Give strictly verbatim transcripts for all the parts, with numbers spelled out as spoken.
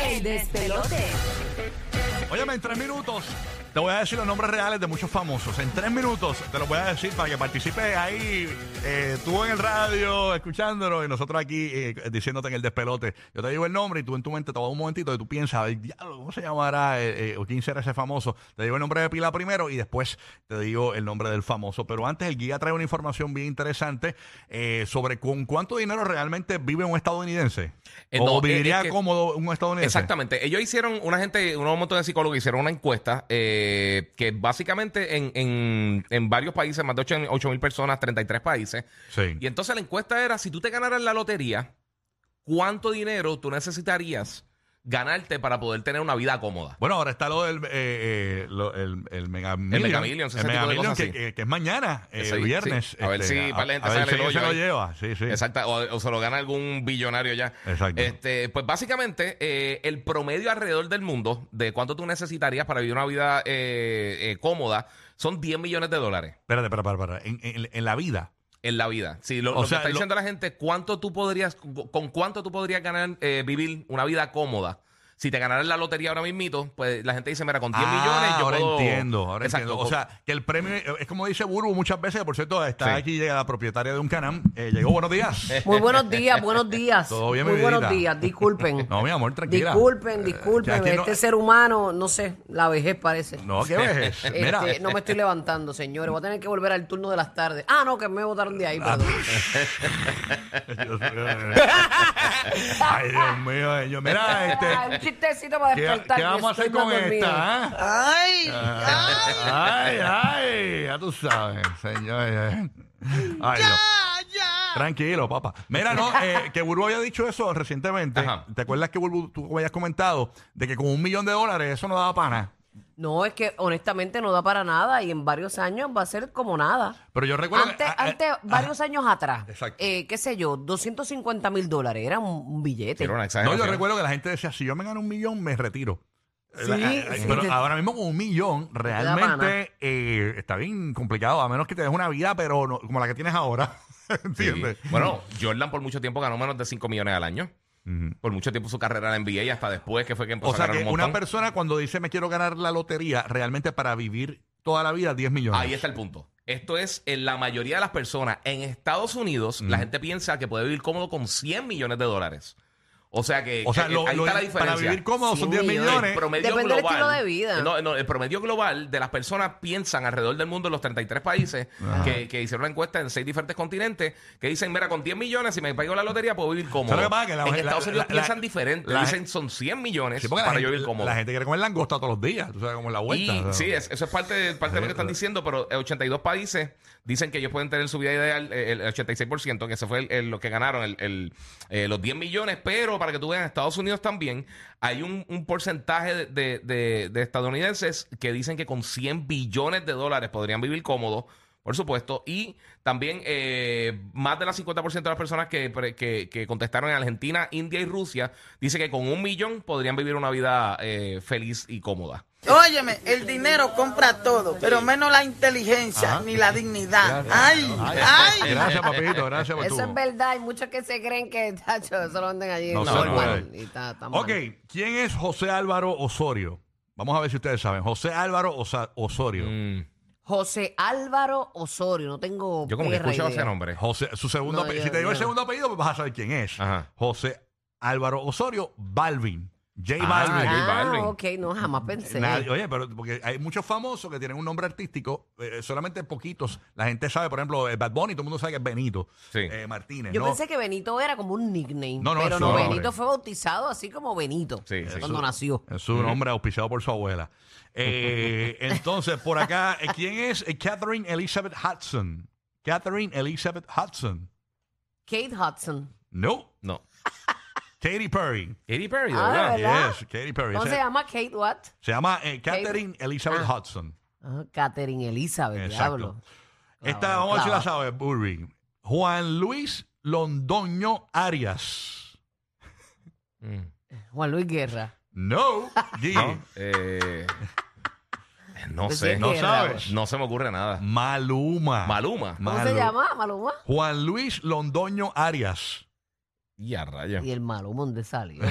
El despelote. Óyeme, en tres minutos te voy a decir los nombres reales de muchos famosos. En tres minutos te los voy a decir para que participes ahí, eh, tú en el radio, escuchándolo, y nosotros aquí eh, diciéndote en el despelote. Yo te digo el nombre y tú en tu mente te vas un momentito y tú piensas, diablo, ¿cómo se llamará? Eh, eh, o quién será ese famoso. Te digo el nombre de pila primero y después te digo el nombre del famoso. Pero antes el guía trae una información bien interesante eh, sobre con cuánto dinero realmente vive un estadounidense. Eh, o no, viviría es que- cómodo un estadounidense. Exactamente. Ellos hicieron, una gente, un montón de psicólogos hicieron una encuesta eh, que básicamente en, en, en varios países, más de ocho mil personas, treinta y tres países. Sí. Y entonces la encuesta era, si tú te ganaras la lotería, ¿cuánto dinero tú necesitarías ganarte para poder tener una vida cómoda? Bueno, ahora está lo del eh, eh, lo- el, el Mega Million. Mega Millions, ese el Mega tipo de Million cosas que, así. que- que es mañana, eh, Sí, viernes. sí. A ver si par de gente a ver sale si el alguien se hoyo lo ahí. lleva. Sí, sí. Exacto, o, o se lo gana algún billonario ya. Exacto. Este, pues básicamente, eh, el promedio alrededor del mundo de cuánto tú necesitarías para vivir una vida eh, eh, cómoda son diez millones de dólares Espérate, espérate, espérate. espérate. En, en- en la vida. en la vida. Si lo, O lo sea, que está lo- diciendo la gente, ¿cuánto tú podrías, con cuánto tú podrías ganar, eh, vivir una vida cómoda? Si te ganaras la lotería ahora mismito, pues la gente dice, mira, con diez Ah, millones yo ahora puedo... entiendo, ahora Exacto. entiendo. O sea, que el premio eh, es como dice Burbu muchas veces, que por cierto, está Sí. aquí llega la propietaria de un canal. Eh, llegó, buenos días. Muy buenos días, buenos días. Todo bien, mi Muy buenos vidita. días, disculpen. No, mi amor, tranquila. Disculpen, Eh, disculpen. que aquí no- este ser humano, no sé, la vejez parece. No, ¿qué ves? Este, Mira. no me estoy levantando, señores. Voy a tener que volver al turno de las tardes. Ah, no, que me botaron de ahí, perdón. Dios mío. Ay, Dios mío. eh, yo- Mira, este. Ay, un chistecito para ¿Qué, despertar. qué que vamos a hacer estoy con más dormido. esta? ah? Ay, ay, Ay, ay, ya tú sabes, señor. eh. Ay, Dios. ya, ya. Tranquilo, papá. Mira, no, eh, que Burbu había dicho eso recientemente. Ajá. ¿Te acuerdas que Burbu, tú habías comentado de que con un millón de dólares eso no daba para nada? No, es que honestamente no da para nada y en varios años va a ser como nada. Pero yo recuerdo Antes, que- ah, antes ah, varios años atrás, Exacto. eh, qué sé yo, doscientos cincuenta mil dólares, era un, un billete. Era una No, exageración. yo recuerdo que la gente decía, si yo me gano un millón, me retiro. Sí, La- eh, sí, pero te- ahora mismo con un millón da realmente eh, está bien complicado, a menos que te des una vida, pero no- como la que tienes ahora. Sí. ¿Entiendes? Bueno, Jordan por mucho tiempo ganó menos de cinco millones al año. Ujú. Por mucho tiempo su carrera en N B A y hasta después que fue que empezó O sea a ganar que un una montón. persona cuando dice me quiero ganar la lotería, realmente para vivir toda la vida diez millones. Ahí está el punto. Esto es, en la mayoría de las personas en Estados Unidos, la gente piensa que puede vivir cómodo con cien millones de dólares. O sea que O sea, eh, lo- ahí lo- está la para diferencia. vivir cómodo son cien diez millones. millones. El promedio Depende del global, estilo de vida. No, no, el promedio global de las personas piensan alrededor del mundo, en los treinta y tres países que, que hicieron una encuesta en seis diferentes continentes, que dicen, mira, con diez millones, si me pego la lotería, puedo vivir cómodo. ¿Sabes lo que pasa? Que la- en la- Estados Unidos la- piensan la- diferente. la- Dicen, son cien millones Sí, porque para la yo gente, vivir cómodo. la gente quiere comer langosta todos los días, tú sabes, como en la vuelta. Y o sea. sí, es- eso es parte, parte de lo que están diciendo, pero ochenta y dos países dicen que ellos pueden tener su vida ideal, eh, el ochenta y seis por ciento, que ese fue el, el- lo que ganaron, el, el, eh, los diez millones, pero para que tú veas, en Estados Unidos también hay un, un porcentaje de, de- de- de estadounidenses que dicen que con cien billones de dólares podrían vivir cómodos, por supuesto, y también eh, más del cincuenta por ciento de las personas que, pre- que, que contestaron en Argentina, India y Rusia, dice que con un millón podrían vivir una vida eh, feliz y cómoda. Óyeme, el dinero compra todo, pero menos la inteligencia ni la dignidad. Ay, ay. Gracias, papito, gracias por Eso tu... es verdad, hay muchos que se creen que, tacho, eso lo venden allí No en se Walmart, puede. y está- está mal. Ok, ¿quién es José Álvaro Osorio? Vamos a ver si ustedes saben. José Álvaro Osa- Osorio. Mm. José Álvaro Osorio, no tengo Yo como que he perra escuchado idea. ese nombre. José, su segundo No, apellido. yo- Si te digo el yo- segundo apellido, pues vas a saber quién es. Ajá. José Álvaro Osorio Balvin. J Ah, Balvin. J Ah, Balvin. ok, no, jamás pensé. Nadie- oye, pero porque hay muchos famosos que tienen un nombre artístico, eh, solamente poquitos. La gente sabe, por ejemplo, eh, Bad Bunny, todo el mundo sabe que es Benito Sí. eh, Martínez. Yo ¿no? pensé que Benito era como un nickname, No, no, pero es no, su nombre. Benito fue bautizado así como Benito, Sí, sí. cuando nació. Es su nombre auspiciado por su abuela. Eh, entonces, por acá, eh, ¿quién es Eh, Catherine Elizabeth Hudson? Catherine Elizabeth Hudson. Kate Hudson. No. No. Katy Perry. Katy Perry, de Ah, verdad. ¿de verdad? Yes, Katy Perry. ¿Cómo Ese- se llama? Kate what? Se llama eh, Catherine Elizabeth Ah. Hudson. Ah, Catherine Elizabeth, Exacto. diablo. Esta, Clava, vamos a ver si la clava. sabe, Burry. Juan Luis Londoño Arias. Mm. Juan Luis Guerra. No. Gui. No, eh, no Pues sé. sí, No Guerra, sabes. No se me ocurre nada. Maluma. Maluma. ¿Cómo Malu- se llama, Maluma? Juan Luis Londoño Arias. Y a rayos. Y el Maluma de salió.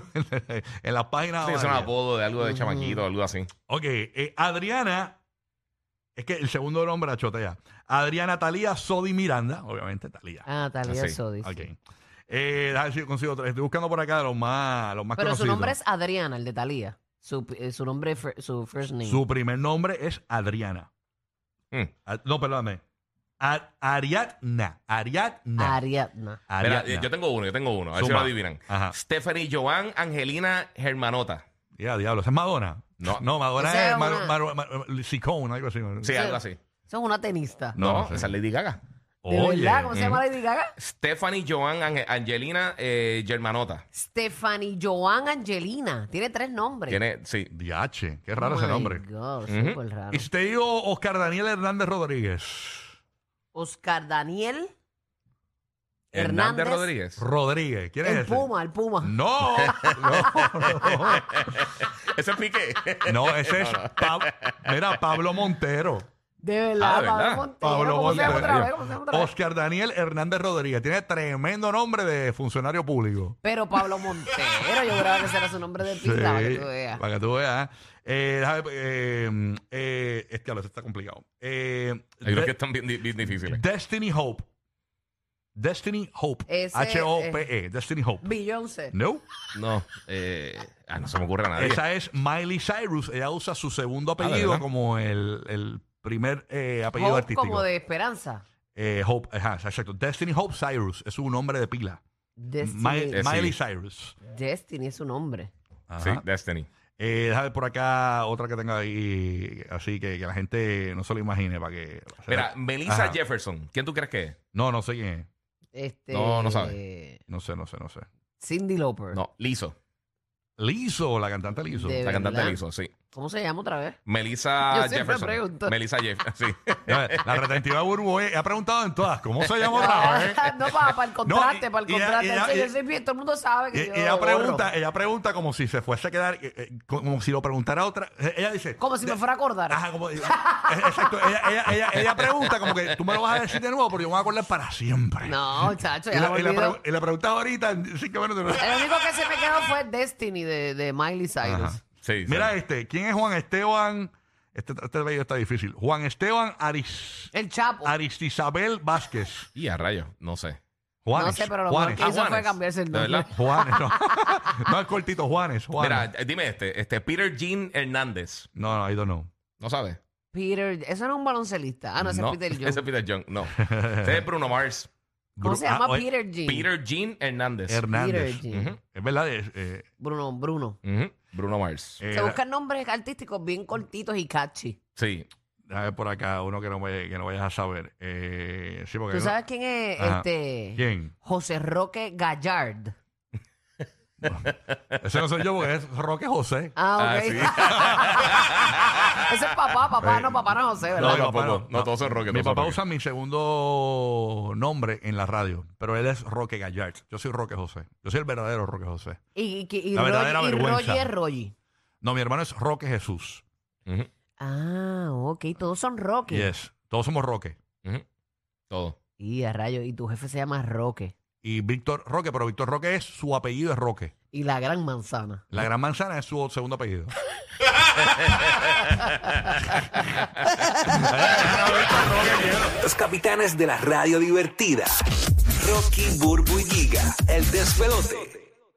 En las páginas. Sí, es un amarillas. apodo de algo de chamaquito, algo así. Ok, eh, Adriana, es que el segundo nombre la chotea. Adriana Talía Sodi Miranda, obviamente Talía. Ah, Talía Sí. Sodi. Ok. Eh, déjame ver si consigo otro. Estoy buscando por acá los más, los más Pero su conocidos. nombre es Adriana, el de Talía. Su, eh, su nombre, fir- su first name. Su primer nombre es Adriana. Hmm. Ah, no, perdóname. A- Ariadna. Ariadna. Ariadna. Mira, Ariadna. eh, yo tengo uno, yo tengo uno. A ver si Zumba. lo adivinan. Ajá. Stephanie Joan Angelina Germanota. Ya, diablo. ¿Esa es Madonna? No. No, Madonna Esa es es Mar- una- Mar- Mar- Sicón, algo así. Sí, algo así. Eso es una tenista. No, No, no sé. esa es Lady Gaga. ¿De Oye. verdad? ¿Cómo se llama Ujú. Lady Gaga? Stephanie Joan Ange- Angelina eh, Germanota. Stephanie Joan Angelina. Tiene tres nombres. Tiene, sí. Diache. Qué raro Oh ese my nombre. God, Ujú. súper raro. Y si te digo Oscar Daniel Hernández Rodríguez. Oscar Daniel Hernández Hernández Rodríguez. Rodríguez. ¿Quién es El ese? Puma, el Puma. No, no, Ese es Piqué. no. No, ese es Pa- mira, Pablo Montero. De verdad, Ah, ¿de Pablo verdad? Montero. Pablo ¿Cómo se llama Montero. otra vez? ¿Cómo se llama otra vez? Oscar Daniel Hernández Rodríguez. Tiene tremendo nombre de funcionario público. Pero Pablo Montero, yo creo que ese era su nombre de pila, para que tú veas. Para que tú veas. Eh, déjame, eh, eh, es que a veces está complicado. Eh, Hay unos De- que están bien, di- bien difíciles. Destiny Hope. Destiny Hope. Ese, H O P E. Destiny Hope. Beyoncé. No. No. Eh, ah, no se me ocurre a nadie. Esa es Miley Cyrus. Ella usa su segundo Ah, ¿de apellido verdad? como el, el primer eh, apellido Hope artístico. como de esperanza. Eh, Hope, ajá, exacto. Destiny Hope Cyrus es su nombre de pila. Destiny. Mi- Eh, sí. Miley Cyrus. Destiny es su nombre. Ajá. Sí, Destiny. Eh, déjame ver por acá otra que tenga ahí, así que, que la gente no se lo imagine para que. Mira, Melissa Ajá. Jefferson. ¿Quién tú crees que es? No, no sé quién es. Este, No, no sabe. No sé, no sé, no sé. Cindy Lauper. No, Lizzo. Lizzo, la cantante Lizzo. De- La cantante verdad? Lizzo, sí. ¿Cómo se llama otra vez? Melissa Yo siempre Jefferson. pregunto. Melissa Jefferson, sí. La, la retentiva Burbu eh, ha preguntado en todas. ¿Cómo se llama otra vez? no, para, para el contraste, No, y- para el y ella- contraste. y ella- Sí, yo y- soy bien, todo el mundo sabe que Y- yo ella borro. pregunta, ella pregunta como si se fuese a quedar, eh, eh, como si lo preguntara otra. eh, Ella dice. Como si me de- fuera a acordar. Ajá, como. eh, exacto. Ella, ella, ella, ella pregunta como que tú me lo vas a decir de nuevo, pero yo me voy a acordar para siempre. No, chacho, Y ya la, me y la olvidó. pre- y la pregunta ahorita en cinco minutos. El único que se me quedó fue Destiny de, de Miley Cyrus. Ajá. Sí, sí. Mira este, ¿quién es Juan Esteban? Este, este bello está difícil. Juan Esteban Aris, El Chapo. Aristisabel Vázquez. Y a rayos, no sé. Juanes. No sé, pero lo Juanes. mejor que hizo Ah, fue Juanes. cambiarse el ¿De nombre. verdad? Juanes, no. No es cortito, Juanes. Juanes. Mira, eh, dime este. Este Peter Jean Hernández. No, no, I don't know. ¿No sabes? Peter, eso no es un baloncelista. Ah, no, ese es Peter John. Ese es Peter John, no. Ese es Bruno Mars. ¿Cómo Bru- se llama ah, oye, Peter Jean? Peter Jean Hernández. Hernández. Peter Jean. Ujú, Es verdad. es, eh, Bruno, Bruno. ujú. Bruno Mars. eh, Se buscan nombres artísticos bien cortitos y catchy. Sí. a ver por acá uno que no, me, que no vayas a saber. Eh, sí, porque ¿Tú no- sabes quién es Ajá. este? ¿Quién? José Roque Gallard. Ese no soy yo porque es Roque José. Ah, ok. Ah, Ese es papá, papá, Eh, no, papá no es José, No, ¿verdad? mi papá tampoco. No, todos son Roque, Mi todos son papá Roque. usa mi segundo nombre en la radio, pero él es Roque Gallard. Yo soy Roque José. Yo soy el verdadero Roque José. Y, y, y, La verdadera Roy, y vergüenza. Roy es Roy. No, mi hermano es Roque Jesús. Ujú, Ah, ok, todos son Roque. Yes. Todos somos Roque. ujú. Todo. Y a rayo, y tu jefe se llama Roque. Y Víctor Roque, pero Víctor Roque es su apellido es Roque. Y la gran manzana. La Gran Manzana es su segundo apellido. Los capitanes de la radio divertida. Rocky, Burbu y Giga, el despelote.